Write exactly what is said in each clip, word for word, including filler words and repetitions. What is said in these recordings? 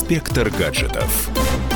Инспектор гаджетов.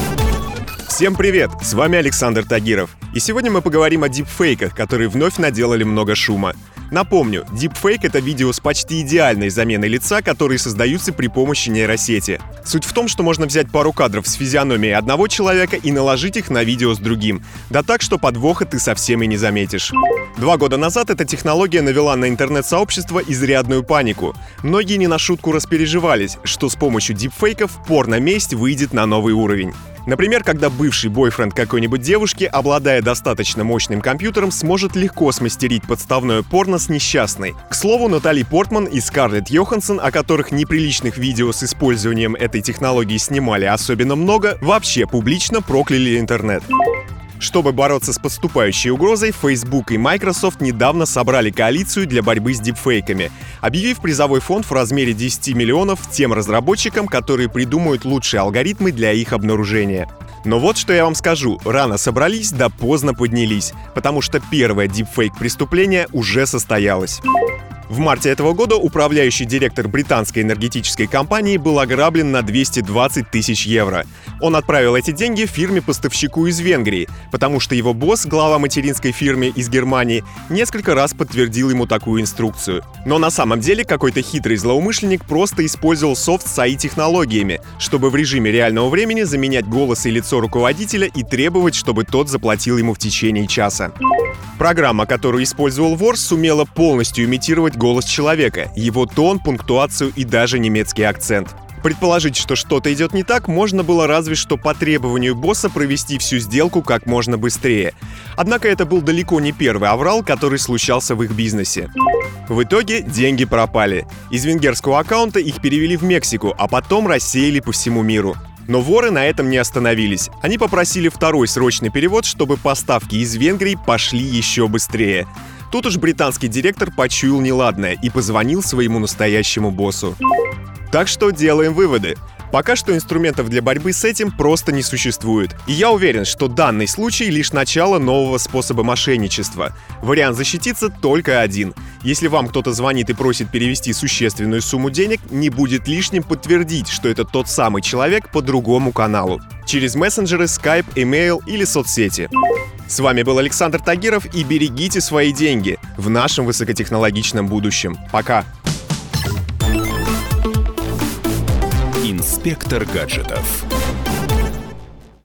Всем привет! С вами Александр Тагиров. И сегодня мы поговорим о дипфейках, которые вновь наделали много шума. Напомню, дипфейк — это видео с почти идеальной заменой лица, которые создаются при помощи нейросети. Суть в том, что можно взять пару кадров с физиономией одного человека и наложить их на видео с другим. Да так, что подвоха ты совсем и не заметишь. Два года назад эта технология навела на интернет-сообщество изрядную панику. Многие не на шутку распереживались, что с помощью дипфейков порно-месть выйдет на новый уровень. Например, когда бывший бойфренд какой-нибудь девушки, обладая достаточно мощным компьютером, сможет легко смастерить подставное порно с несчастной. К слову, Натали Портман и Скарлетт Йоханссон, о которых неприличных видео с использованием этой технологии снимали особенно много, вообще публично прокляли интернет. Чтобы бороться с подступающей угрозой, Facebook и Microsoft недавно собрали коалицию для борьбы с дипфейками, объявив призовой фонд в размере десять миллионов тем разработчикам, которые придумают лучшие алгоритмы для их обнаружения. Но вот что я вам скажу, рано собрались, да поздно поднялись, потому что первое дипфейк-преступление уже состоялось. В марте этого года управляющий директор британской энергетической компании был ограблен на двести двадцать тысяч евро. Он отправил эти деньги фирме-поставщику из Венгрии, потому что его босс, глава материнской фирмы из Германии, несколько раз подтвердил ему такую инструкцию. Но на самом деле какой-то хитрый злоумышленник просто использовал софт с эй ай-технологиями, чтобы в режиме реального времени заменять голос и лицо руководителя и требовать, чтобы тот заплатил ему в течение часа. Программа, которую использовал вор, сумела полностью имитировать голос человека, его тон, пунктуацию и даже немецкий акцент. Предположить, что что-то идет не так, можно было разве что по требованию босса провести всю сделку как можно быстрее. Однако это был далеко не первый аврал, который случался в их бизнесе. В итоге деньги пропали. Из венгерского аккаунта их перевели в Мексику, а потом рассеяли по всему миру. Но воры на этом не остановились. Они попросили второй срочный перевод, чтобы поставки из Венгрии пошли еще быстрее. Тут уж британский директор почуял неладное и позвонил своему настоящему боссу. Так что делаем выводы. Пока что инструментов для борьбы с этим просто не существует. И я уверен, что данный случай лишь начало нового способа мошенничества. Вариант защититься только один. Если вам кто-то звонит и просит перевести существенную сумму денег, не будет лишним подтвердить, что это тот самый человек по другому каналу. Через мессенджеры, Skype, email или соцсети. С вами был Александр Тагиров, и берегите свои деньги в нашем высокотехнологичном будущем. Пока! Инспектор гаджетов.